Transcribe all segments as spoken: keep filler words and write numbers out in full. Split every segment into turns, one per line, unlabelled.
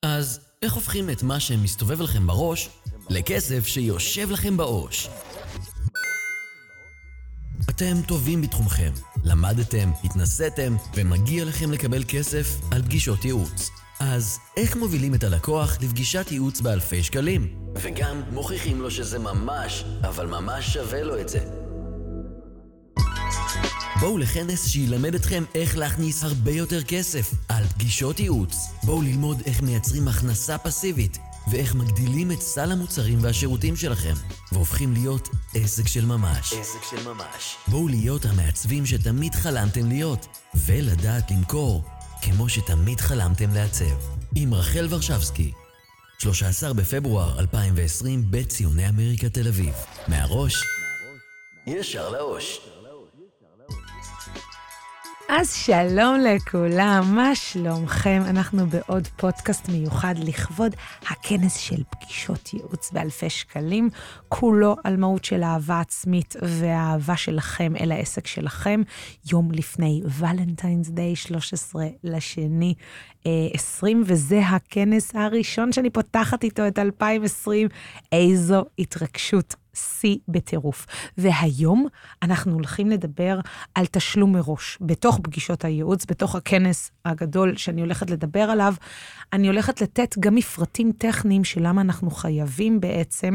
אז איך הופכים את מה שמסתובב לכם בראש לכסף שיושב לכם בעו"ש? אתם טובים בתחומכם, למדתם, התנסיתם, ומגיע לכם לקבל כסף על פגישות ייעוץ. אז איך מובילים את הלקוח לפגישת ייעוץ באלפי שקלים? וגם מוכיחים לו שזה ממש, אבל ממש שווה לו את זה. בואו לכנס שילמד אתכם איך להכניס הרבה יותר כסף על פגישות ייעוץ. בואו ללמוד איך מייצרים הכנסה פסיבית ואיך מגדילים את סל המוצרים והשירותים שלכם והופכים להיות עסק של ממש. עסק של ממש. בואו להיות המעצבים שתמיד חלמתם להיות ולדעת למכור כמו שתמיד חלמתם לעצב. עם רחל ורשבסקי, שלושה עשר בפברואר אלפיים ועשרים בציוני אמריקה תל אביב. מהראש ישר לאוש.
אז שלום לכולם, מה שלומכם? אנחנו בעוד פודקאסט מיוחד לכבוד הכנס של פגישות ייעוץ באלפי שקלים, כולו על מהות של אהבה עצמית והאהבה שלכם אל העסק שלכם, יום לפני ולנטיינס דיי, שלושה עשר לשני עשרים, וזה הכנס הראשון שאני פותחת איתו את אלפיים ועשרים, איזו התרגשות. סי בטירוף. והיום אנחנו הולכים לדבר על תשלום מראש. בתוך פגישות הייעוץ, בתוך הכנס הגדול שאני הולכת לדבר עליו, אני הולכת לתת גם מפרטים טכניים של למה אנחנו חייבים בעצם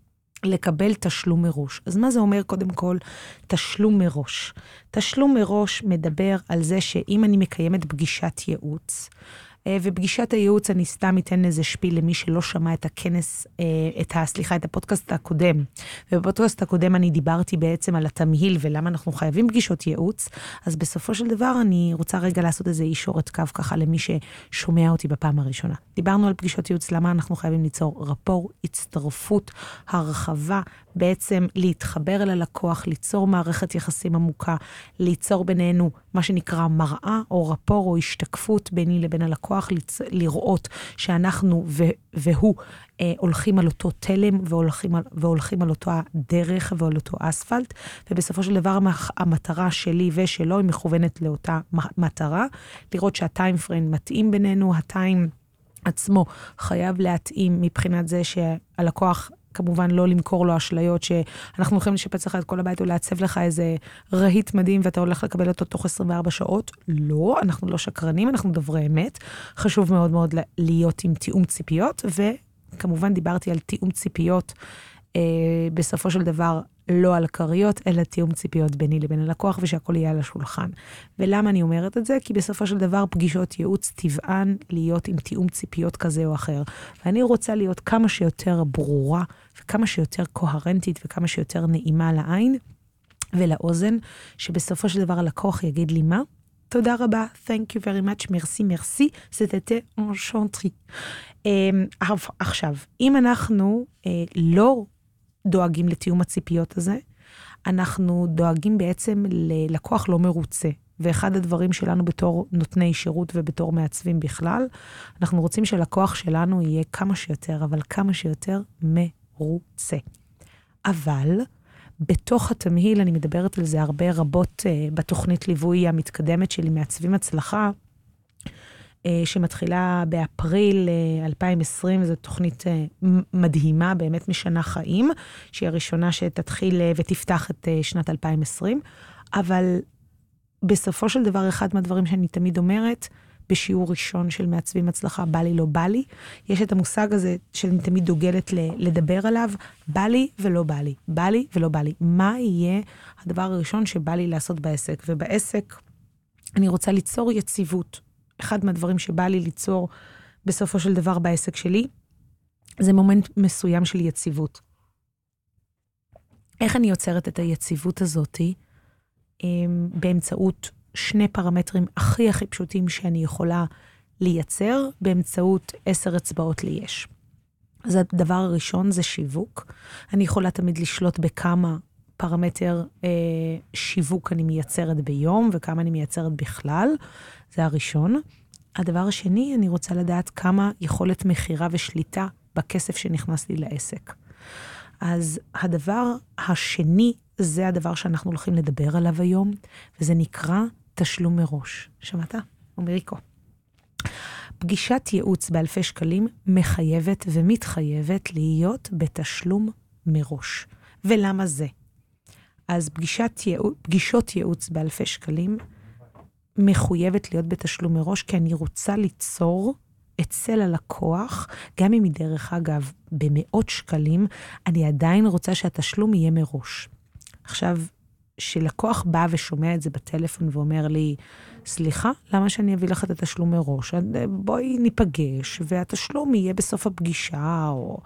לקבל תשלום מראש. אז מה זה אומר קודם כל? תשלום מראש. תשלום מראש מדבר על זה שאם אני מקיימת פגישת ייעוץ, ופגישת הייעוץ אני סתם אתן איזה שפיל למי שלא שמע את הכנס, את ה, סליחה, את הפודקאסט הקודם. ובפודקאסט הקודם אני דיברתי בעצם על התמהיל ולמה אנחנו חייבים פגישות ייעוץ. אז בסופו של דבר אני רוצה רגע לעשות איזה אישורת קו ככה למי ששומע אותי בפעם הראשונה. דיברנו על פגישות ייעוץ, למה אנחנו חייבים ליצור רפור, הצטרפות, הרחבה, בעצם להתחבר אל הלקוח, ליצור מערכת יחסים עמוקה, ליצור בינינו מה שנקרא מראה או רפור או השתקפות ביני לבין הלקוח, לצ... לראות שאנחנו ו... והוא אה, הולכים על אותו תלם והולכים על... והולכים על אותו הדרך ועל אותו אספלט, ובסופו של דבר המטרה שלי ושלו היא מכוונת לאותה מטרה, לראות שהטיים פריים מתאים בינינו, הטיים עצמו חייב להתאים מבחינת זה שהלקוח כמובן לא למכור לו אשליות שאנחנו הולכים לשפץ לך את כל הבית או לעצב לך איזה רהיט מדהים ואתה הולך לקבל אותו תוך עשרים וארבע שעות. לא, אנחנו לא שקרנים, אנחנו דוברי אמת. חשוב מאוד מאוד להיות עם תיאום ציפיות, וכמובן דיברתי על תיאום ציפיות אה, בסופו של דבר לא על קריות, אלא תיאום ציפיות ביני לבין הלקוח, ושהכל יהיה על השולחן. ולמה אני אומרת את זה? כי בסופו של דבר פגישות ייעוץ טבען להיות עם תיאום ציפיות כזה או אחר. ואני רוצה להיות כמה שיותר ברורה, וכמה שיותר קוהרנטית, וכמה שיותר נעימה לעין ולאוזן, שבסופו של דבר הלקוח יגיד לי מה? תודה רבה, thank you very much, merci, merci, c'était enchanté. עכשיו, אם אנחנו לא דואגים לתיאום הציפיות הזה, אנחנו דואגים בעצם ללקוח לא מרוצה. ואחד הדברים שלנו בתור נותני שירות ובתור מעצבים בכלל, אנחנו רוצים שלקוח שלנו יהיה כמה שיותר, אבל כמה שיותר מרוצה. אבל בתוך התמהיל, אני מדברת על זה הרבה רבות בתוכנית ליווי המתקדמת שלי, מעצבים הצלחה, שמתחילה באפריל אלפיים ועשרים, זו תוכנית מדהימה, באמת משנה חיים, שהיא הראשונה שתתחיל ותפתח את שנת אלפיים ועשרים, אבל בסופו של דבר, אחד מהדברים שאני תמיד אומרת, בשיעור ראשון של מעצבים הצלחה, בא לי לא בא לי, יש את המושג הזה שאני תמיד דוגלת לדבר עליו, בא לי ולא בא לי, בא לי ולא בא לי. מה יהיה הדבר הראשון שבא לי לעשות בעסק? ובעסק אני רוצה ליצור יציבות. אחד מהדברים שבא לי ליצור בסופו של דבר בעסק שלי, זה מומנט מסוים של יציבות. איך אני יוצרת את היציבות הזאת? באמצעות שני פרמטרים הכי הכי פשוטים שאני יכולה לייצר, באמצעות עשר אצבעות לי יש. אז הדבר הראשון זה שיווק. אני יכולה תמיד לשלוט בכמה פרמטר אה, שיווק אני מייצרת ביום, וכמה אני מייצרת בכלל. זה הראשון. הדבר השני, אני רוצה לדעת כמה יכולת מחירה ושליטה בכסף שנכנס לי לעסק. אז הדבר השני, זה הדבר שאנחנו הולכים לדבר עליו היום, וזה נקרא תשלום מראש. שמעת? אמריקו. פגישת ייעוץ באלפי שקלים מחייבת ומתחייבת להיות בתשלום מראש. ולמה זה? אז פגישת ייעוץ, פגישות ייעוץ באלפי שקלים מחויבת להיות בתשלום מראש, כי אני רוצה ליצור אצל הלקוח, גם אם היא דרך אגב במאות שקלים, אני עדיין רוצה שהתשלום יהיה מראש. עכשיו, שלקוח בא ושומע את זה בטלפון ואומר לי, סליחה, למה שאני אביא לך את התשלום מראש? בואי ניפגש, והתשלום יהיה בסוף הפגישה, או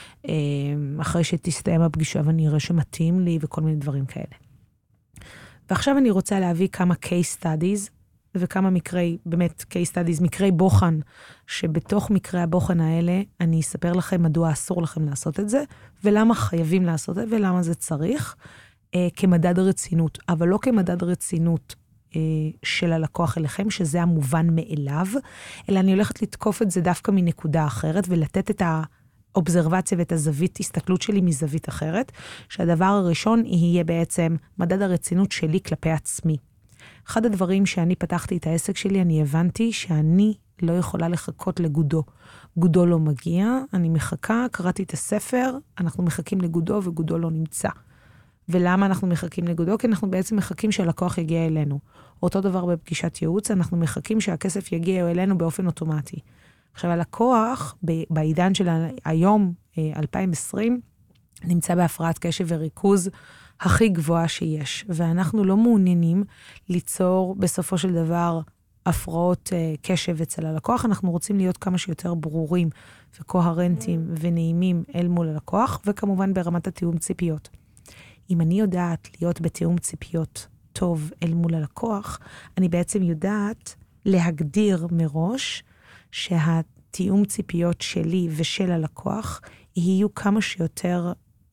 אחרי שתסתיים הפגישה ואני אראה שמתאים לי, וכל מיני דברים כאלה. ועכשיו אני רוצה להביא כמה case studies, וכמה מקרי, באמת case studies, מקרי בוחן, שבתוך מקרי הבוחן האלה, אני אספר לכם מדוע אסור לכם לעשות את זה, ולמה חייבים לעשות את זה, ולמה זה צריך, אה, כמדד רצינות, אבל לא כמדד רצינות אה, של הלקוח אליכם, שזה המובן מאליו, אלא אני הולכת לתקוף את זה דווקא מנקודה אחרת, ולתת את האובזרבציה ואת הזווית, הסתכלות שלי מזווית אחרת, שהדבר הראשון יהיה בעצם מדד הרצינות שלי כלפי עצמי. אחד הדברים שאני פתחתי את העסק שלי, אני הבנתי שאני לא יכולה לחכות לגודו. גודו לא מגיע, אני מחכה, קראתי את הספר, אנחנו מחכים לגודו וגודו לא נמצא. ולמה אנחנו מחכים לגודו? כי אנחנו בעצם מחכים שהלקוח יגיע אלינו. אותו דבר בפגישת ייעוץ, אנחנו מחכים שהכסף יגיע אלינו באופן אוטומטי. עכשיו, הלקוח, בעידן של היום, אלפיים ועשרים, נמצא בהפרעת קשב וריכוז הכי גבוהה שיש, ואנחנו לא מעוניינים ליצור בסופו של דבר הפרעות uh, קשב אצל הלקוח, אנחנו רוצים להיות כמה שיותר ברורים וקוהרנטיים ונעימים אל מול הלקוח, וכמובן ברמת התיאום ציפיות. אם אני יודעת להיות בתיאום ציפיות טוב אל מול הלקוח, אני בעצם יודעת להגדיר מראש שהתיאום ציפיות שלי ושל הלקוח יהיו כמה שיותר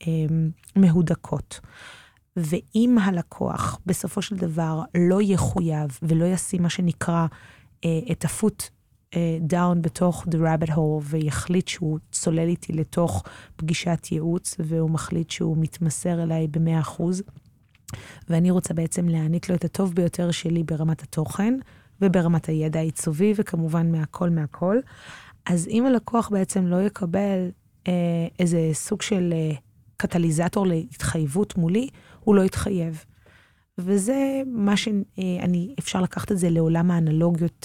מהודקות. ואם הלקוח בסופו של דבר לא יחויב ולא ישים מה שנקרא את הפוט דאון בתוך the rabbit hole ויחליט שהוא צולל איתי לתוך פגישת ייעוץ והוא מחליט שהוא מתמסר אליי ב-מאה אחוז ואני רוצה בעצם להעניק לו את הטוב ביותר שלי ברמת התוכן וברמת הידע העיצובי וכמובן מהכל מהכל, אז אם הלקוח בעצם לא יקבל איזה סוג של קטליזטור להתחייבות מולי, הוא לא יתחייב. וזה מה שאני, אפשר לקחת את זה לעולם האנלוגיות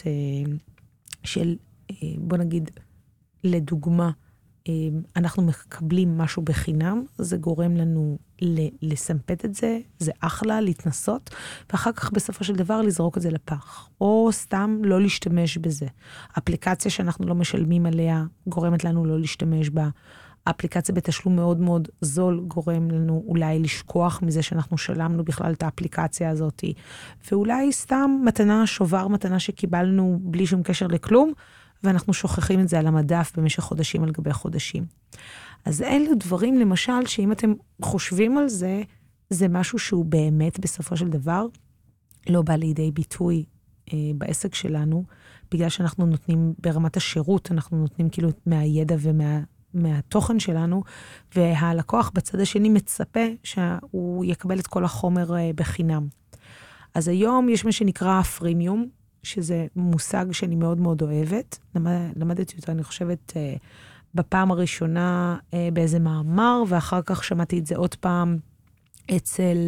של, בוא נגיד, לדוגמה, אנחנו מקבלים משהו בחינם, זה גורם לנו לסמפת את זה, זה אחלה, להתנסות, ואחר כך בסופו של דבר לזרוק את זה לפח, או סתם לא להשתמש בזה. האפליקציה שאנחנו לא משלמים עליה, גורמת לנו לא להשתמש בה, האפליקציה בתשלום מאוד מאוד זול גורם לנו אולי לשכוח מזה שאנחנו שלמנו בכלל את האפליקציה הזאת, ואולי סתם מתנה, שובר מתנה שקיבלנו בלי שום קשר לכלום, ואנחנו שוכחים את זה על המדף במשך חודשים על גבי חודשים. אז אלו דברים למשל שאם אתם חושבים על זה, זה משהו שהוא באמת בסופו של דבר לא בא לידי ביטוי אה, בעסק שלנו, בגלל שאנחנו נותנים ברמת השירות, אנחנו נותנים כאילו מהידע ומה... מהתוכן שלנו, והלקוח בצד השני מצפה שהוא יקבל את כל החומר בחינם. אז היום יש מה שנקרא פרימיום, שזה מושג שאני מאוד מאוד אוהבת. למד, למדתי אותו, אני חושבת, בפעם הראשונה באיזה מאמר, ואחר כך שמעתי את זה עוד פעם אצל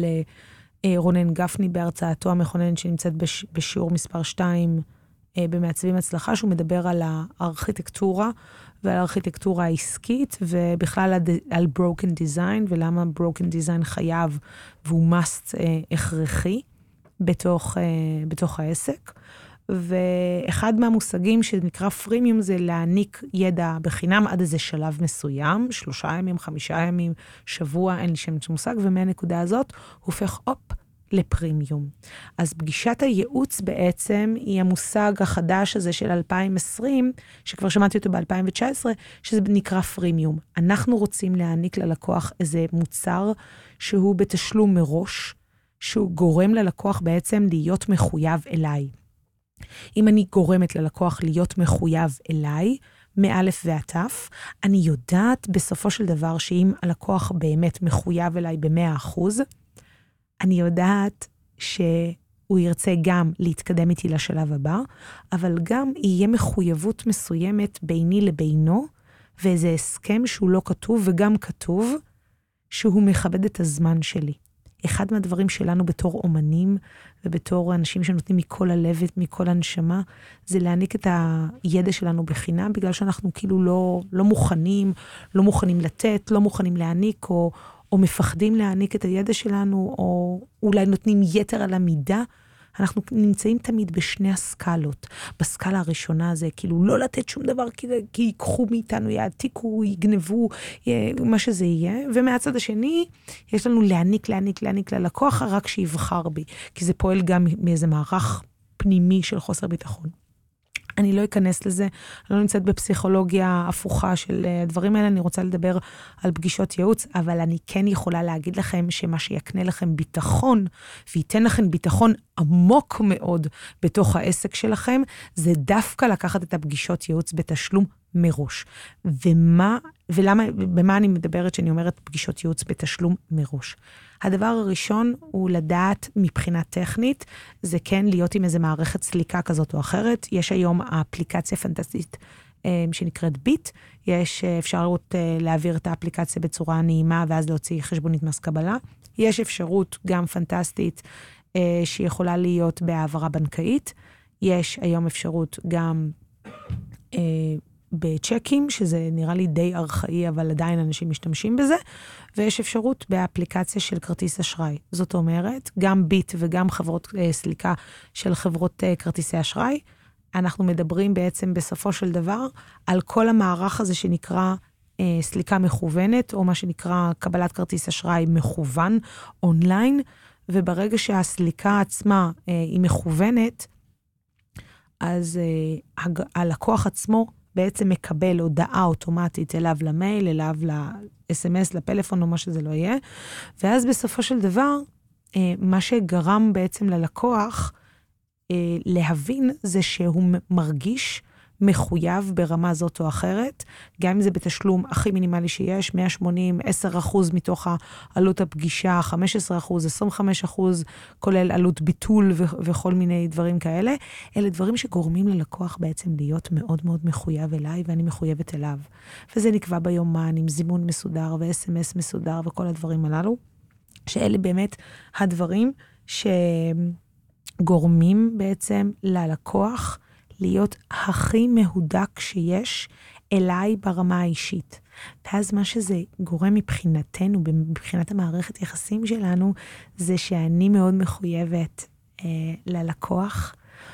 רונן גפני בהרצאתו המכוננת שנמצאת בש, בשיעור מספר שתיים במעצבים הצלחה, שהוא מדבר על הארכיטקטורה, ועל הארכיטקטורה העסקית, ובכלל על broken design, ולמה broken design חייב, והוא must אה, הכרחי, בתוך, אה, בתוך העסק. ואחד מהמושגים שנקרא פרימיום, זה להעניק ידע בחינם עד איזה שלב מסוים, שלושה ימים, חמישה ימים, שבוע, אין לי שם מושג, ומהנקודה הזאת הופך אופ, לפרימיום. אז פגישת הייעוץ בעצם היא המושג החדש הזה של אלפיים ועשרים, שכבר שמעתי אותו ב-אלפיים תשע עשרה, שזה נקרא פרימיום. אנחנו רוצים להעניק ללקוח איזה מוצר שהוא בתשלום מראש, שהוא גורם ללקוח בעצם להיות מחויב אליי. אם אני גורמת ללקוח להיות מחויב אליי, מאלף ועד תף, אני יודעת בסופו של דבר שאם הלקוח באמת מחויב אליי ב-מאה אחוז, אני יודעת הוא ירצה גם להתקדם איתי לשלב הבא, אבל גם יהיה מחויבות מסוימת ביני לבינו, ואיזה הסכם שהוא לא כתוב, וגם כתוב שהוא מכבד את הזמן שלי. אחד מהדברים שלנו בתור אומנים, ובתור אנשים שנותנים מכל הלב ומכל הנשמה, זה להעניק את הידע שלנו בחינם, בגלל שאנחנו כאילו לא, לא מוכנים, לא מוכנים לתת, לא מוכנים להעניק, או, או מפחדים להעניק את הידע שלנו, או אולי נותנים יתר על המידה. אנחנו נמצאים תמיד בשני הסקלות. בסקלה הראשונה זה כאילו לא לתת שום דבר, כי, כי ייקחו מאיתנו, יעתיקו, יגנבו, מה שזה יהיה. ומהצד השני, יש לנו להעניק, להעניק, להעניק ללקוח, רק שיבחר בי. כי זה פועל גם מאיזה מערך פנימי של חוסר ביטחון. אני לא אכנס לזה, אני לא נמצאת בפסיכולוגיה הפוכה של הדברים האלה, אני רוצה לדבר על פגישות ייעוץ, אבל אני כן יכולה להגיד לכם שמה שיקנה לכם ביטחון, וייתן לכם ביטחון עמוק מאוד בתוך העסק שלכם, זה דווקא לקחת את הפגישות ייעוץ בתשלום מראש. ומה, ולמה, במה אני מדברת שאני אומרת פגישות ייעוץ בתשלום מראש? הדבר הראשון הוא לדעת מבחינה טכנית, זה כן להיות עם איזו מערכת סליקה כזאת או אחרת. יש היום האפליקציה פנטסטית שנקראת ביט, יש אפשרות להעביר את האפליקציה בצורה נעימה, ואז להוציא חשבונית מס קבלה. יש אפשרות גם פנטסטית שיכולה להיות בהעברה בנקאית. יש היום אפשרות גם בצ'קים, שזה נראה לי די ארכאי, אבל עדיין אנשים משתמשים בזה, ויש אפשרות באפליקציה של כרטיס אשראי. זאת אומרת, גם ביט וגם חברות סליקה של חברות כרטיסי אשראי, אנחנו מדברים בעצם בסופו של דבר, על כל המערך הזה שנקרא סליקה מכוונת, או מה שנקרא קבלת כרטיס אשראי מכוון, אונליין, וברגע שהסליקה עצמה היא מכוונת, אז הלקוח עצמו בעצם מקבל הודעה אוטומטית אליו למייל, אליו ל-אס אם אס, לפלאפון או מה שזה לא יהיה, ואז בסופו של דבר, מה שגרם בעצם ללקוח להבין זה שהוא מרגיש מחויב ברמה זאת או אחרת, גם אם זה בתשלום הכי מינימלי שיש, מאה שמונים, עשרה אחוז מתוך עלות הפגישה, חמישה עשר אחוז, עשרים וחמישה אחוז, כולל עלות ביטול ו- וכל מיני דברים כאלה, אלה דברים שגורמים ללקוח בעצם להיות מאוד מאוד מחויב אליי, ואני מחויבת אליו. וזה נקבע ביומן עם זימון מסודר ו-אס אם אס מסודר וכל הדברים הללו, שאלה באמת הדברים שגורמים בעצם ללקוח, להיות הכי מהודק שיש אליי ברמה האישית. ואז מה שזה גורם מבחינתנו, מבחינת המערכת יחסים שלנו, זה שאני מאוד מחויבת אה, ללקוח,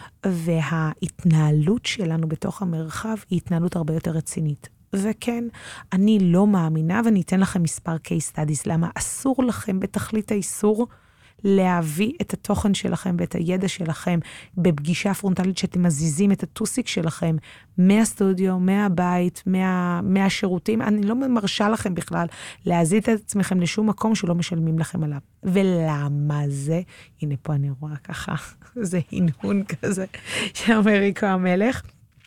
וההתנהלות שלנו בתוך המרחב היא התנהלות הרבה יותר רצינית. וכן, אני לא מאמינה, ואני אתן לכם מספר case studies, למה אסור לכם בתכלית האיסור, להביא את התוכן שלכם ואת הידע שלכם בפגישה פרונטלית שאתם מזיזים את הטוסיק שלכם מהסטודיו, מהבית, מה, מהשירותים. אני לא מרשה לכם בכלל להזיז את עצמכם לשום מקום שלא משלמים לכם עליו. ולמה זה? הנה פה אני רואה ככה, זה הנהון כזה שאמריקו המלך.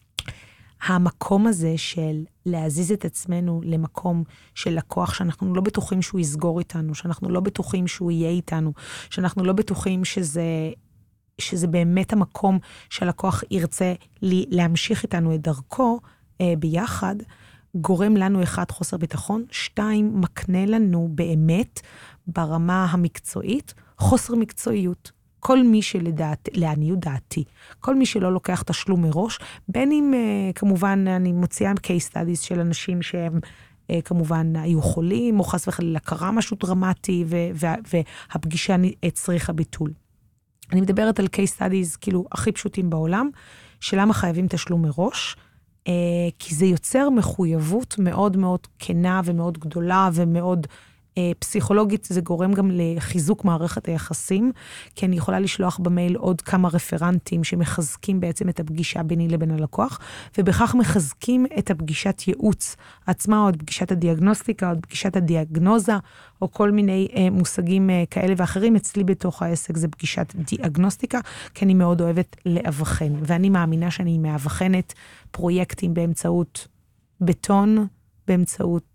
המקום הזה של להזיז את עצמנו למקום של לקוח, שאנחנו לא בטוחים שהוא יסגור איתנו, שאנחנו לא בטוחים שהוא יהיה איתנו, שאנחנו לא בטוחים שזה, שזה באמת המקום שהלקוח ירצה להמשיך איתנו את דרכו אה, ביחד, גורם לנו אחד חוסר ביטחון, שתיים מקנה לנו באמת ברמה המקצועית חוסר מקצועיות. כל מי שלדעת, לעניות דעתי, כל מי שלא לוקח תשלום מראש, בין אם כמובן אני מוציאה case studies של אנשים שהם כמובן היו חולים, או חס וחלילה קרה משהו דרמטי, והפגישה צריכה ביטול. אני מדברת על case studies כאילו הכי פשוטים בעולם, שלמה חייבים תשלום מראש, כי זה יוצר מחויבות מאוד מאוד כנה ומאוד גדולה ומאוד פסיכולוגית, זה גורם גם לחיזוק מערכת היחסים, כי אני יכולה לשלוח במייל עוד כמה רפרנטים שמחזקים בעצם את הפגישה ביני לבין הלקוח, ובכך מחזקים את הפגישת ייעוץ עצמה, או את פגישת הדיאגנוסטיקה, או את פגישת הדיאגנוזה, או כל מיני אה, מושגים אה, כאלה ואחרים. אצלי בתוך העסק זה פגישת דיאגנוסטיקה, כי אני מאוד אוהבת להבחן, ואני מאמינה שאני מאבחנת פרויקטים באמצעות בטון, באמצעות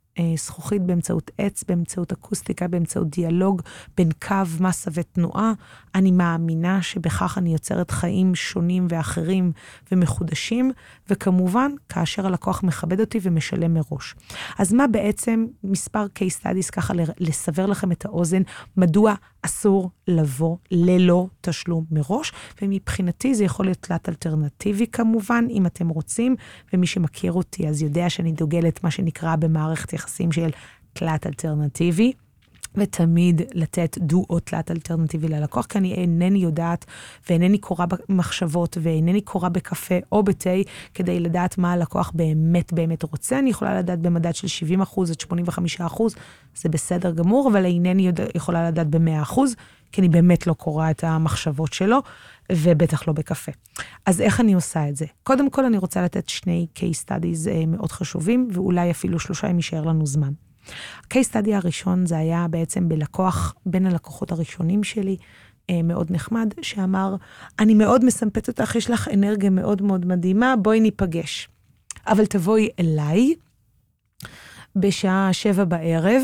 זכוכית באמצעות עץ, באמצעות אקוסטיקה, באמצעות דיאלוג בין קו, מסה ותנועה. אני מאמינה שבכך אני יוצרת חיים שונים ואחרים ומחודשים, וכמובן, כאשר הלקוח מכבד אותי ומשלם מראש. אז מה בעצם מספר case studies ככה לסבר לכם את האוזן, מדוע אסור לבוא ללא תשלום מראש, ומבחינתי זה יכול להיות תלת אלטרנטיבי כמובן, אם אתם רוצים, ומי שמכיר אותי אז יודע שאני דוגלת מה שנקרא במערכת יחסים של תלת אלטרנטיבי, ותמיד לתת דו או תלת אלטרנטיבי ללקוח, כי אני אינני יודעת, ואינני קורא במחשבות, ואינני קורא בקפה או בתה, כדי לדעת מה הלקוח באמת באמת רוצה. אני יכולה לדעת במדד של שבעים אחוז עד שמונים וחמישה אחוז, זה בסדר גמור, אבל אינני יודע, יכולה לדעת ב-מאה אחוז, כי אני באמת לא קורא את המחשבות שלו, ובטח לא בקפה. אז איך אני עושה את זה? קודם כל אני רוצה לתת שני case studies מאוד חשובים, ואולי אפילו שלושה אם יישאר לנו זמן. הקייס סטאדי הראשון זה היה בעצם בלקוח, בין הלקוחות הראשונים שלי, מאוד נחמד, שאמר, אני מאוד מסמפת אותך, יש לך אנרגיה מאוד מאוד מדהימה, בואי ניפגש. אבל תבואי אליי, בשעה שבע בערב,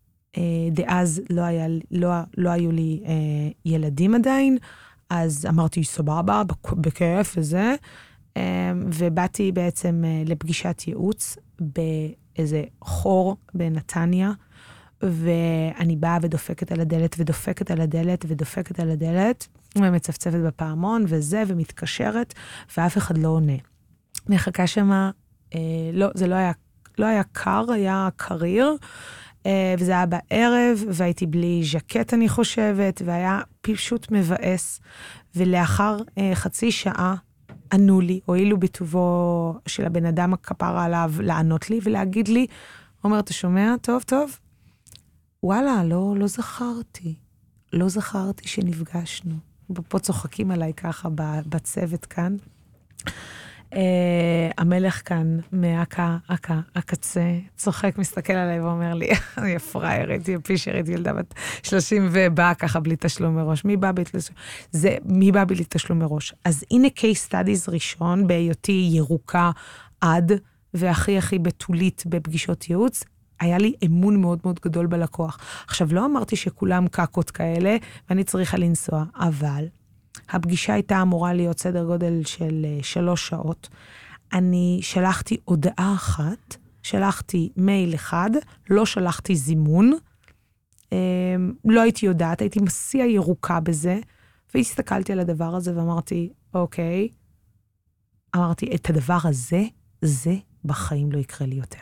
דאז לא, היה, לא, לא היו לי ילדים עדיין, אז אמרתי, סבבה, בכיף וזה, ובאתי בעצם לפגישת ייעוץ, באיזה חור בנתניה, ואני באה ודופקת על הדלת, ודופקת על הדלת, ודופקת על הדלת, ומצפצפת בפעמון, וזה, ומתקשרת, ואף אחד לא עונה. מחכה שמה, אה, לא, זה לא היה, לא היה קר, היה קריר, אה, וזה היה בערב, והייתי בלי ז'קט, אני חושבת, והיה פשוט מבאס, ולאחר אה, חצי שעה, ענו לי, הועילו בטובו של הבן אדם הכפרה עליו, לענות לי ולהגיד לי, אומר, אתה שומע? טוב, טוב. וואלה, לא, לא זכרתי. לא זכרתי שנפגשנו. פה צוחקים עליי ככה בצוות כאן. Uh, המלך כאן, מהקה, הקה, הקצה, צוחק, מסתכל עליי ואומר לי, אני פריירית, היא פישרית, ילדה בת שלושים ובאה ככה בלי תשלום מראש. מי בא בלי תשלום? זה, מי בא בלי תשלום מראש? אז הנה case studies ראשון, בהיותי ירוקה עד, והכי הכי בתולית בפגישות ייעוץ, היה לי אמון מאוד מאוד גדול בלקוח. עכשיו, לא אמרתי שכולם קקות כאלה, ואני צריכה לנסוע, אבל הפגישה הייתה אמורה להיות סדר גודל של שלוש שעות. אני שלחתי הודעה אחת, שלחתי מייל אחד, לא שלחתי זימון, לא הייתי יודעת, הייתי מסיע ירוקה בזה, והסתכלתי על הדבר הזה ואמרתי, אוקיי, אמרתי, את הדבר הזה, זה בחיים לא יקרה לי יותר.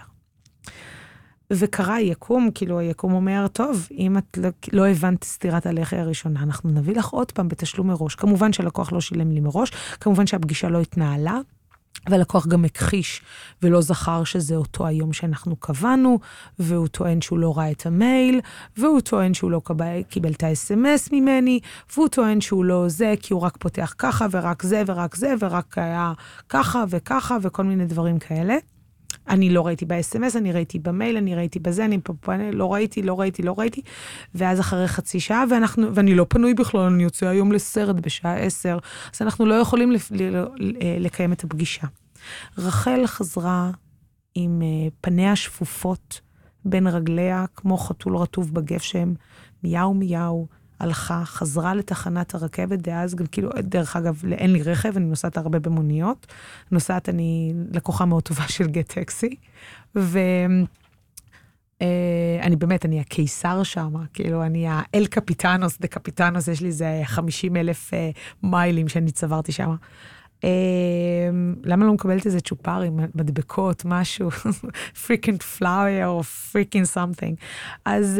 וקרה יקום, כאילו היקום אומר, טוב, אם את לא, לא הבנת סתירת הלחי הראשונה, אנחנו נביא לך עוד פעם בתשלום מראש. כמובן שהלקוח לא שילם לי מראש, כמובן שהפגישה לא התנהלה, והלקוח גם הכחיש ולא זכר שזה אותו היום שאנחנו קבענו, והוא טוען שהוא לא ראה את המייל, והוא טוען שהוא לא קיבל את ה-אס אם אס ממני, והוא טוען שהוא לא זה, כי הוא רק פותח ככה, ורק זה, ורק זה, ורק היה ככה וככה, וכל מיני דברים כאלה. אני לא ראיתי ב-אס אם אס, אני ראיתי במייל, אני ראיתי בזה, אני לא ראיתי, לא ראיתי, לא ראיתי, ואז אחרי חצי שעה, ואנחנו, ואני לא פנוי בכלל, אני יוצא היום לסרט בשעה עשר, אז אנחנו לא יכולים לקיים את הפגישה. רחל חזרה עם פניה שפופות בין רגליה, כמו חתול רטוב בגשם, מיהו מיהו, הלכה, חזרה לתחנת הרכבת, דאז גם כאילו, דרך אגב, אין לי רכב, אני נוסעת הרבה במוניות, נוסעת אני לקוחה מאוד טובה של גט טקסי, ואני באמת, אני הקיסר שם, כאילו, אני האל קפיטנוס, דה קפיטנוס, יש לי איזה חמישים אלף מיילים שאני צברתי שם. למה לא מקבלת איזה צ'ופרים, מדבקות, משהו, freaking flower או freaking something. אז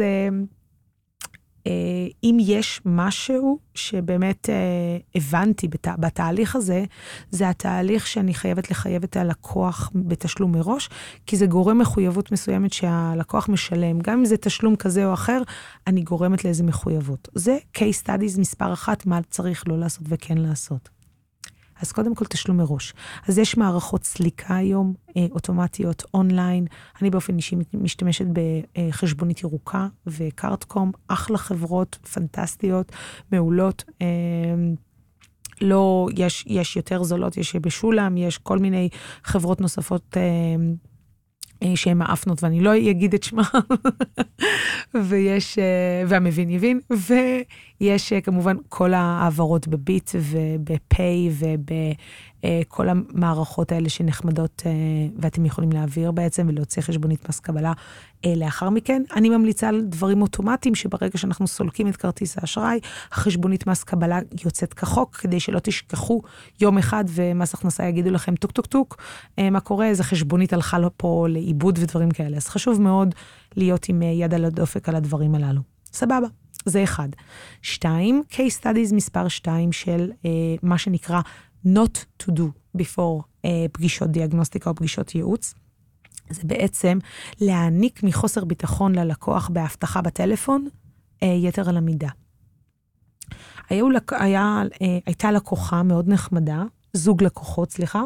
אם יש משהו שבאמת הבנתי בת, בתהליך הזה, זה התהליך שאני חייבת לחייב את הלקוח בתשלום מראש, כי זה גורם מחויבות מסוימת שהלקוח משלם. גם אם זה תשלום כזה או אחר, אני גורמת לאיזה מחויבות. זה case studies מספר אחת, מה צריך לא לעשות וכן לעשות. אז קודם כל תשלום מראש. אז יש מערכות סליקה היום, אוטומטיות, אונליין. אני באופן אישי משתמשת בחשבונית ירוקה וקארטקום, אחלה חברות, פנטסטיות, מעולות. לא, יש, יש יותר זולות, יש בשולם, יש כל מיני חברות נוספות שהן האפנות, ואני לא אגיד את שמה, ויש, והמבין יבין, ויש כמובן כל העברות בביט ובפיי ובכל המערכות האלה שנחמדות, ואתם יכולים להעביר בעצם ולהוציא חשבונית מס קבלה לאחר מכן. אני ממליצה על דברים אוטומטיים, שברגע שאנחנו סולקים את כרטיס האשראי, החשבונית מס קבלה יוצאת כחוק, כדי שלא תשכחו יום אחד, ומס הכנסה יגידו לכם טוק טוק טוק, מה קורה, איזה חשבונית הלכה לו פה לאיבוד ודברים כאלה. אז חשוב מאוד להיות עם יד על הדופק על הדברים הללו. סבבה, זה אחד. שתיים, case studies מספר שתיים של אה, מה שנקרא not to do before אה, פגישות דיאגנוסטיקה או פגישות ייעוץ. זה בעצם להעניק מחוסר ביטחון ללקוח בהבטחה בטלפון אה, יתר על המידה. היה, היה, אה, הייתה לקוחה מאוד נחמדה, זוג לקוחות, סליחה,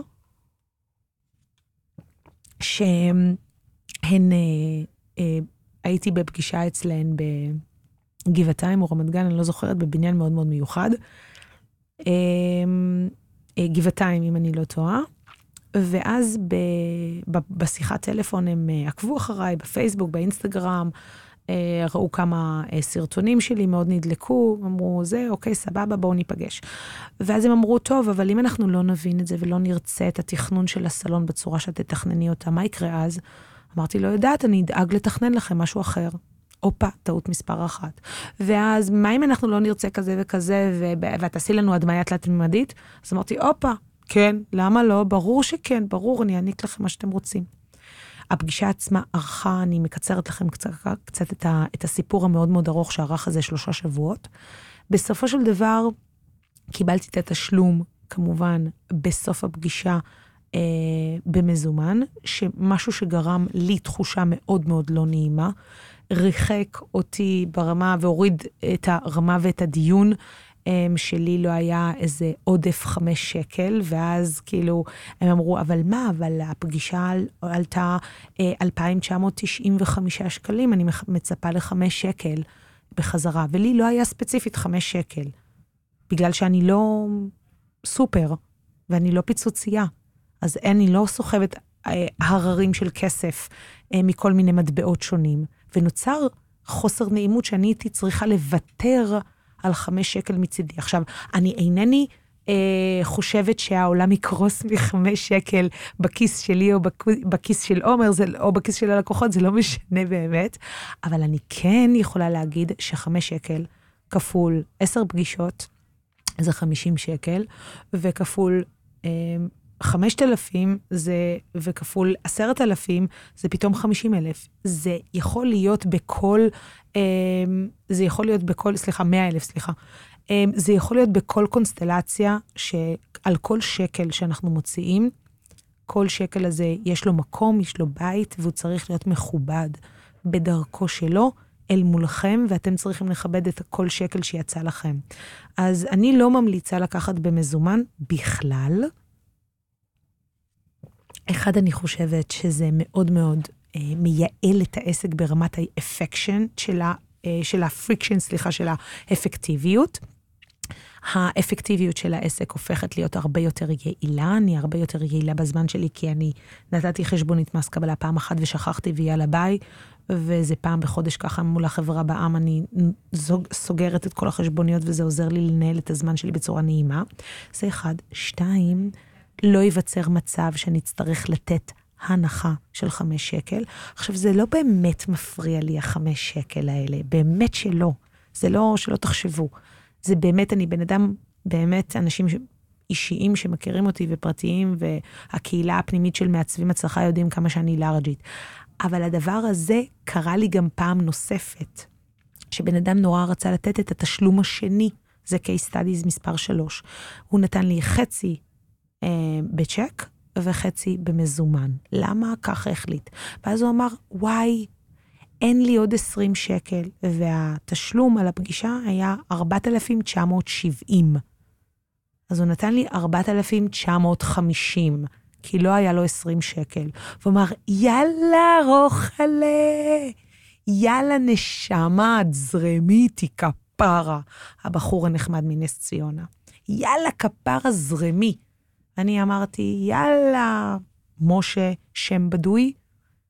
שהן, אה, אה, הייתי בפגישה אצלהן בגבעתיים או רמת גן, אני לא זוכרת, בבניין מאוד מאוד מיוחד. אה, אה, גבעתיים, אם אני לא טועה. ואז ב, ב, בשיחת טלפון הם עקבו אחריי, בפייסבוק, באינסטגרם, אה, ראו כמה אה, סרטונים שלי, מאוד נדלקו, אמרו, זה, אוקיי, סבבה, בואו ניפגש. ואז הם אמרו, טוב, אבל אם אנחנו לא נבין את זה ולא נרצה את התכנון של הסלון בצורה שתתכנני אותה, מה יקרה אז? אמרתי, לא יודעת, אני אדאג לתכנן לכם משהו אחר. אופה, טעות מספר אחת. ואז, מה אם אנחנו לא נרצה כזה וכזה, ואת עשי לנו הדמיה תלת-ממדית? אז אמרתי, אופה, כן, למה לא? ברור שכן, ברור, אני אעניק לכם מה שאתם רוצים. הפגישה עצמה ערכה, אני מקצרת לכם קצת, קצת את, ה, את הסיפור המאוד מאוד ארוך שערך הזה שלושה שבועות. בסופו של דבר, קיבלתי את התשלום, כמובן, בסוף הפגישה, אה, במזומן, שמשהו שגרם לי תחושה מאוד מאוד לא נעימה, ריחק אותי ברמה והוריד את הרמה ואת הדיון, שלי לא היה איזה עודף חמש שקל, ואז כאילו הם אמרו, אבל מה, אבל הפגישה עלתה אלפיים תשע מאות תשעים וחמישה שקלים, אני מצפה לחמש שקל בחזרה, ולי לא היה ספציפית חמש שקל, בגלל שאני לא סופר, ואני לא פיצוצייה, אז אני לא סוחבת הררים של כסף מכל מיני מטבעות שונים, ונוצר חוסר נעימות שאני הייתי צריכה לוותר על חמש שקל מצידי. עכשיו, אני אינני אה, חושבת שהעולם יקרוס מחמש שקל בכיס שלי או בכיס של עומר, זה, או בכיס של הלקוחות, זה לא משנה באמת, אבל אני כן יכולה להגיד שחמש שקל כפול עשר פגישות, זה חמישים שקל, וכפול אה, חמשת אלפים, זה, וכפול עשרת אלפים, זה פתאום חמישים אלף. זה יכול להיות בכל, זה יכול להיות בכל, סליחה, מאה אלף, סליחה. זה יכול להיות בכל קונסטלציה, שעל כל שקל שאנחנו מוציאים, כל שקל הזה יש לו מקום, יש לו בית, והוא צריך להיות מכובד בדרכו שלו, אל מולכם, ואתם צריכים לכבד את כל שקל שיצא לכם. אז אני לא ממליצה לקחת במזומן בכלל, אחד, אני חושבת שזה מאוד מאוד אה, מייעל את העסק ברמת האפקשן של ה, אה, של הפריקשן, סליחה, של האפקטיביות. האפקטיביות של העסק הופכת להיות הרבה יותר יעילה, אני הרבה יותר יעילה בזמן שלי, כי אני נתתי חשבונית מס קבלה פעם אחת ושכחתי ויאללה ביי, וזה פעם בחודש ככה מול החברה בעם, אני זוג, סוגרת את כל החשבוניות, וזה עוזר לי לנהל את הזמן שלי בצורה נעימה. זה אחד. שתיים, לא ייווצר מצב שנצטרך לתת הנחה של חמש שקל. עכשיו, זה לא באמת מפריע לי החמש שקל האלה, באמת שלא. זה לא, שלא תחשבו. זה באמת, אני בן אדם, באמת אנשים אישיים שמכירים אותי ופרטיים, והקהילה הפנימית של מעצבים הצלחה יודעים כמה שאני לארג'ית. אבל הדבר הזה קרה לי גם פעם נוספת, שבן אדם נורא רצה לתת את התשלום השני, זה case studies מספר שלוש. הוא נתן לי חצי בצ'ק וחצי במזומן. למה? ככה החליט. ואז הוא אמר, וואי, אין לי עוד עשרים שקל, והתשלום על הפגישה היה ארבעת אלפים תשע מאות שבעים. אז הוא נתן לי ארבעת אלפים תשע מאות חמישים, כי לא היה לו עשרים שקל. והוא אמר, יאללה, רוחלה, יאללה, נשמה, זרמי, כפרה, הבחור הנחמד מנס ציונה. יאללה, כפרה, זרמי. אני אמרתי, יאללה, משה, שם בדוי,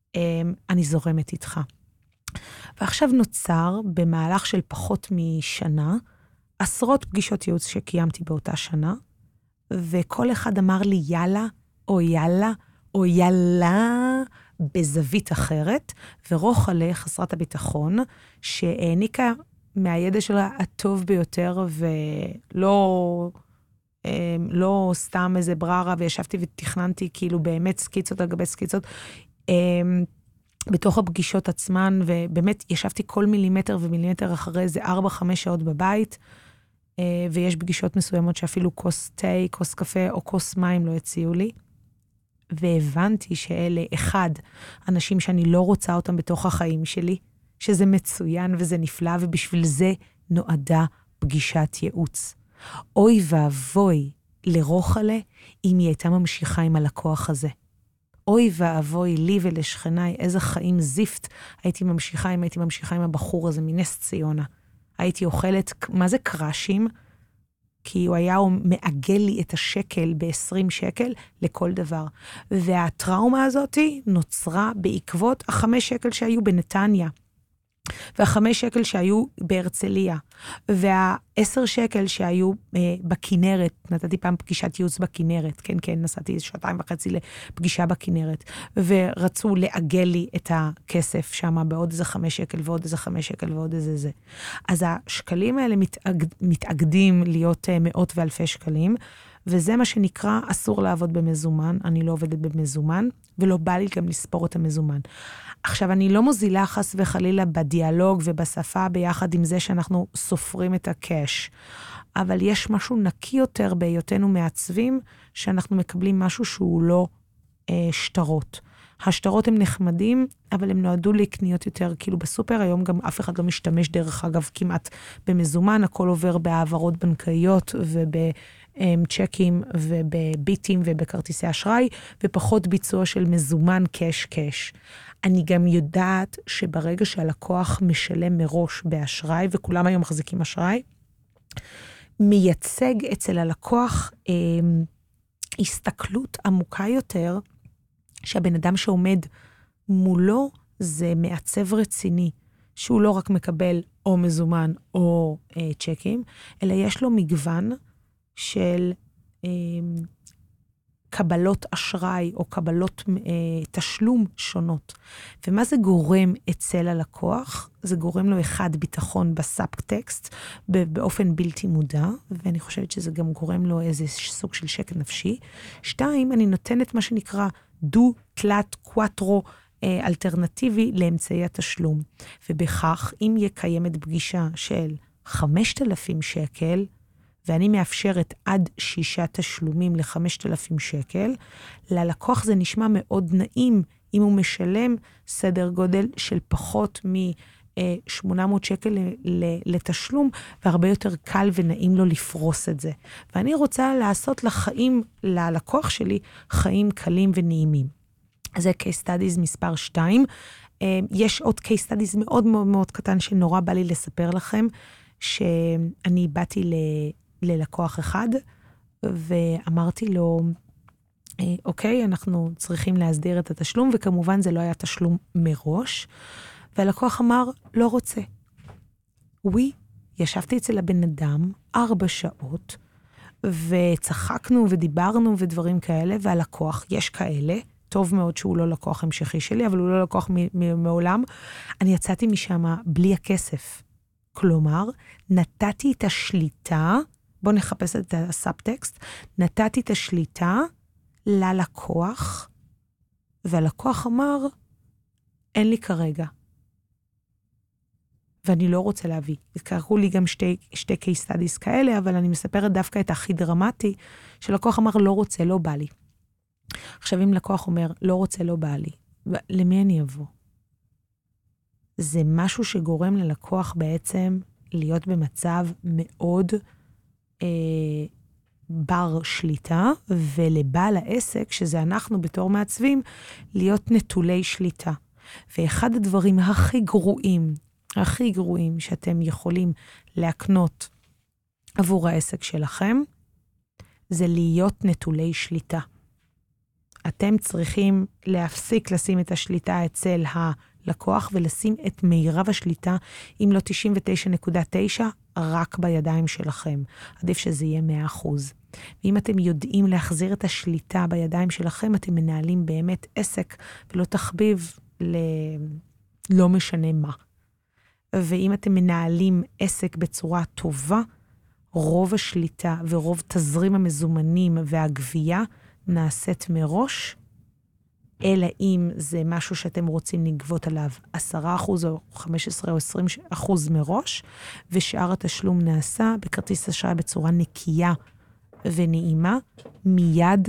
אני זורמת איתך. ועכשיו נוצר, במהלך של פחות משנה, עשרות פגישות ייעוץ שקיימתי באותה שנה, וכל אחד אמר לי יאללה, או יאללה, או יאללה, בזווית אחרת, ורוחלה, חסרת הביטחון, שהעניקה מהידע שלה הטוב ביותר, ולא לא סתם איזה בררה, וישבתי ותכננתי כאילו באמת סקיצות על גבי סקיצות, בתוך הפגישות עצמן, ובאמת ישבתי כל מילימטר ומילימטר אחרי זה ארבע, חמש שעות בבית, ויש פגישות מסוימות שאפילו כוס תה, כוס קפה או כוס מים לא הציעו לי, והבנתי שאלה, אחד, אנשים שאני לא רוצה אותם בתוך החיים שלי, שזה מצוין וזה נפלא, ובשביל זה נועדה פגישת ייעוץ. אוי ואבוי לרוחלה, אם היא הייתה ממשיכה עם הלקוח הזה. אוי ואבוי לי ולשכניי, איזה חיים זיפט הייתי ממשיכה אם הייתי ממשיכה עם הבחור הזה מנס ציונה. הייתי אוכלת, מה זה קראשים? כי הוא היה מעגל לי את השקל ב-עשרים שקל לכל דבר. והטראומה הזאת נוצרה בעקבות החמש שקל שהיו בנתניה. והחמש שקל שהיו בהרצליה, והעשר שקל שהיו אה, בכנרת, נתתי פעם פגישת ייעוץ בכנרת, כן, כן, נסעתי שעתיים וחצי לפגישה בכנרת, ורצו לעגל לי את הכסף שם, בעוד איזה חמש שקל, ועוד איזה חמש שקל, ועוד איזה זה. אז השקלים האלה מתאג, מתאגדים להיות אה, מאות ואלפי שקלים, וזה מה שנקרא, אסור לעבוד במזומן, אני לא עובדת במזומן, ולא בא לי גם לספור את המזומן. עכשיו, אני לא מוזילה חס וחלילה בדיאלוג ובשפה ביחד עם זה שאנחנו סופרים את הקש, אבל יש משהו נקי יותר בהיותנו מעצבים, שאנחנו מקבלים משהו שהוא לא אה, שטרות. השטרות הם נחמדים, אבל הם נועדו לקניות יותר, כאילו בסופר, היום גם אף אחד לא משתמש דרך אגב כמעט במזומן, הכל עובר בהעברות בנקאיות ובצ'קים ובביטים ובכרטיסי אשראי, ופחות ביצוע של מזומן קש-קש. אני גם יודעת שברגע שהלקוח משלם מראש באשראי, וכולם היום מחזיקים אשראי, מייצג אצל הלקוח אה, הסתכלות עמוקה יותר, שהבן אדם שעומד מולו זה מעצב רציני, שהוא לא רק מקבל או מזומן או אה, צ'קים, אלא יש לו מגוון של אה, קבלות אשראי או קבלות אה, תשלום שונות. ומה זה גורם אצל הלקוח? זה גורם לו אחד ביטחון בסאבטקסט באופן בלתי מודע, ואני חושבת שזה גם גורם לו איזה סוג של שקט נפשי. שתיים, אני נותנת מה שנקרא דו, תלת, קואטרו, אה, אלטרנטיבי לאמצעי התשלום. ובכך, אם יקיימת פגישה של חמשת אלפים שקל, ואני מאפשרת עד שישה תשלומים ל-חמשת אלפים שקל, ללקוח זה נשמע מאוד נעים, אם הוא משלם סדר גודל של פחות מ-שמונה מאות שקל לתשלום, והרבה יותר קל ונעים לו לפרוס את זה. ואני רוצה לעשות לחיים, ללקוח שלי, חיים קלים ונעימים. אז זה case studies מספר שתיים. יש עוד case studies מאוד מאוד מאוד קטן, שנורא בא לי לספר לכם, שאני באתי ל... ללקוח אחד, ואמרתי לו, אוקיי, אנחנו צריכים להסדיר את התשלום, וכמובן זה לא היה תשלום מראש, והלקוח אמר, לא רוצה. ווי, ישבתי אצל הבן אדם ארבע שעות, וצחקנו ודיברנו ודברים כאלה, והלקוח, יש כאלה, טוב מאוד שהוא לא לקוח המשכי שלי, אבל הוא לא לקוח מעולם, אני יצאתי משם בלי הכסף. כלומר, נתתי את השליטה, בואו נחפש את הסאבטקסט, נתתי את השליטה ללקוח, והלקוח אמר, אין לי כרגע. ואני לא רוצה להביא. קראו לי גם שתי, שתי case studies כאלה, אבל אני מספרת דווקא את הכי דרמטי, שלקוח אמר, לא רוצה, לא בא לי. עכשיו, אם לקוח אומר, לא רוצה, לא בא לי, למי אני אבוא? זה משהו שגורם ללקוח בעצם להיות במצב מאוד אה, בר שליטה, ולבעל העסק, שזה אנחנו בתור מעצבים, להיות נטולי שליטה. ואחד הדברים הכי גרועים, הכי גרועים שאתם יכולים להקנות עבור העסק שלכם, זה להיות נטולי שליטה. אתם צריכים להפסיק לשים את השליטה אצל הלקוח, ולשים את מירב השליטה, אם לא תשעים ותשע נקודה תשע, רק בידיים שלכם. עדיף שזה יהיה מאה אחוז. ואם אתם יודעים להחזיר את השליטה בידיים שלכם, אתם מנהלים באמת עסק, ולא תחביב ל... לא משנה מה. ואם אתם מנהלים עסק בצורה טובה, רוב השליטה ורוב תזרים המזומנים והגבייה נעשית מראש, אלא אם זה משהו שאתם רוצים לגבות עליו עשרה אחוז או חמישה עשר או עשרים אחוז מראש, ושאר התשלום נעשה בכרטיס אשראי בצורה נקייה ונעימה, מיד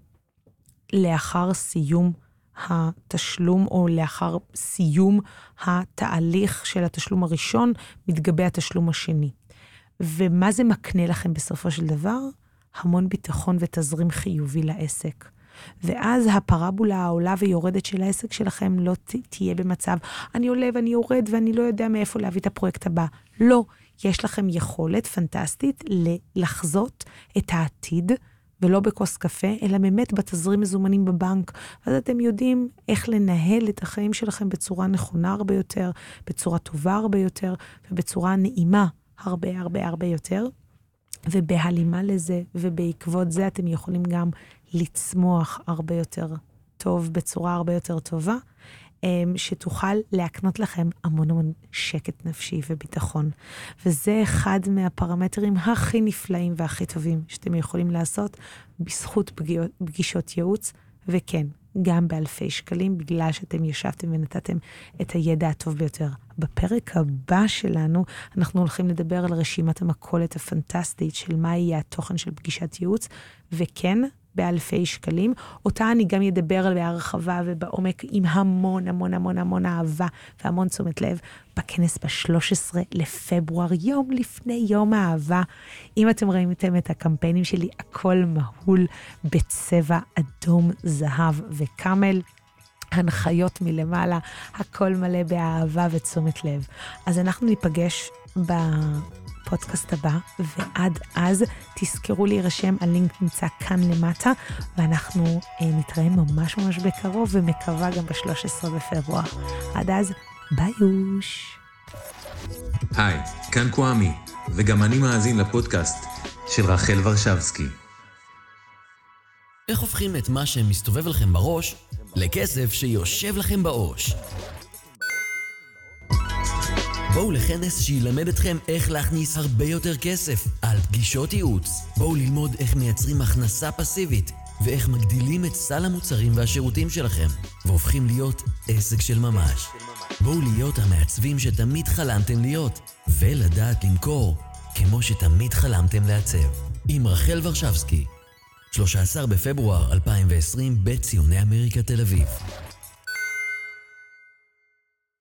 לאחר סיום התשלום, או לאחר סיום התהליך של התשלום הראשון, מתגבה התשלום השני. ומה זה מקנה לכם בסופו של דבר? המון ביטחון ותזרים חיובי לעסק. ואז הפרבולה העולה ויורדת של העסק שלכם לא ת, תהיה במצב, אני עולה ואני יורד ואני לא יודע מאיפה להביא את הפרויקט הבא. לא, יש לכם יכולת פנטסטית לחזות את העתיד, ולא בכוס קפה, אלא באמת בתזרים מזומנים בבנק. אז אתם יודעים איך לנהל את החיים שלכם בצורה נכונה הרבה יותר, בצורה טובה הרבה יותר, ובצורה נעימה הרבה הרבה הרבה יותר. ובהלימה לזה, ובעקבות זה אתם יכולים גם לצמוח הרבה יותר טוב, בצורה הרבה יותר טובה, שתוכל להקנות לכם המון המון שקט נפשי וביטחון. וזה אחד מהפרמטרים הכי נפלאים והכי טובים שאתם יכולים לעשות בזכות פגיעות, פגישות ייעוץ, וכן, גם באלפי שקלים, בגלל שאתם ישבתם ונתתם את הידע הטוב ביותר. בפרק הבא שלנו, אנחנו הולכים לדבר על רשימת המכולת הפנטסטית של מה יהיה התוכן של פגישת ייעוץ, וכן, באלפי שקלים. אותה אני גם ידבר על בהרחבה ובעומק עם המון המון המון המון אהבה והמון תשומת לב בכנס ב-שלושה עשר לפברואר, יום לפני יום האהבה. אם אתם ראיתם את הקמפיינים שלי, הכל מהול בצבע אדום, זהב וקמל. הנחיות מלמעלה, הכל מלא באהבה ותשומת לב. אז אנחנו ניפגש בפודקאסט הבא, ועד אז תזכרו להירשם, הלינק נמצא כאן למטה, ואנחנו אה, נתראה ממש ממש בקרוב, ומקווה גם ב-שלושה עשר בפברואר. עד אז, ביוש.
היי, כאן קוואמי, וגם אני מאזין לפודקאסט של רחל ורשבסקי.
איך הופכים את מה שמסתובב לכם בראש לכסף שיושב לכם בעו"ש? בואו לכנס שילמד אתכם איך להכניס הרבה יותר כסף על פגישות ייעוץ. בואו ללמוד איך מייצרים הכנסה פסיבית ואיך מגדילים את סל המוצרים והשירותים שלכם והופכים להיות עסק של ממש. בואו להיות המעצבים שתמיד חלמתם להיות ולדעת למכור כמו שתמיד חלמתם לעצב. עם רחל ורשבסקי, שלושה עשר בפברואר אלפיים ועשרים בציוני אמריקה תל אביב.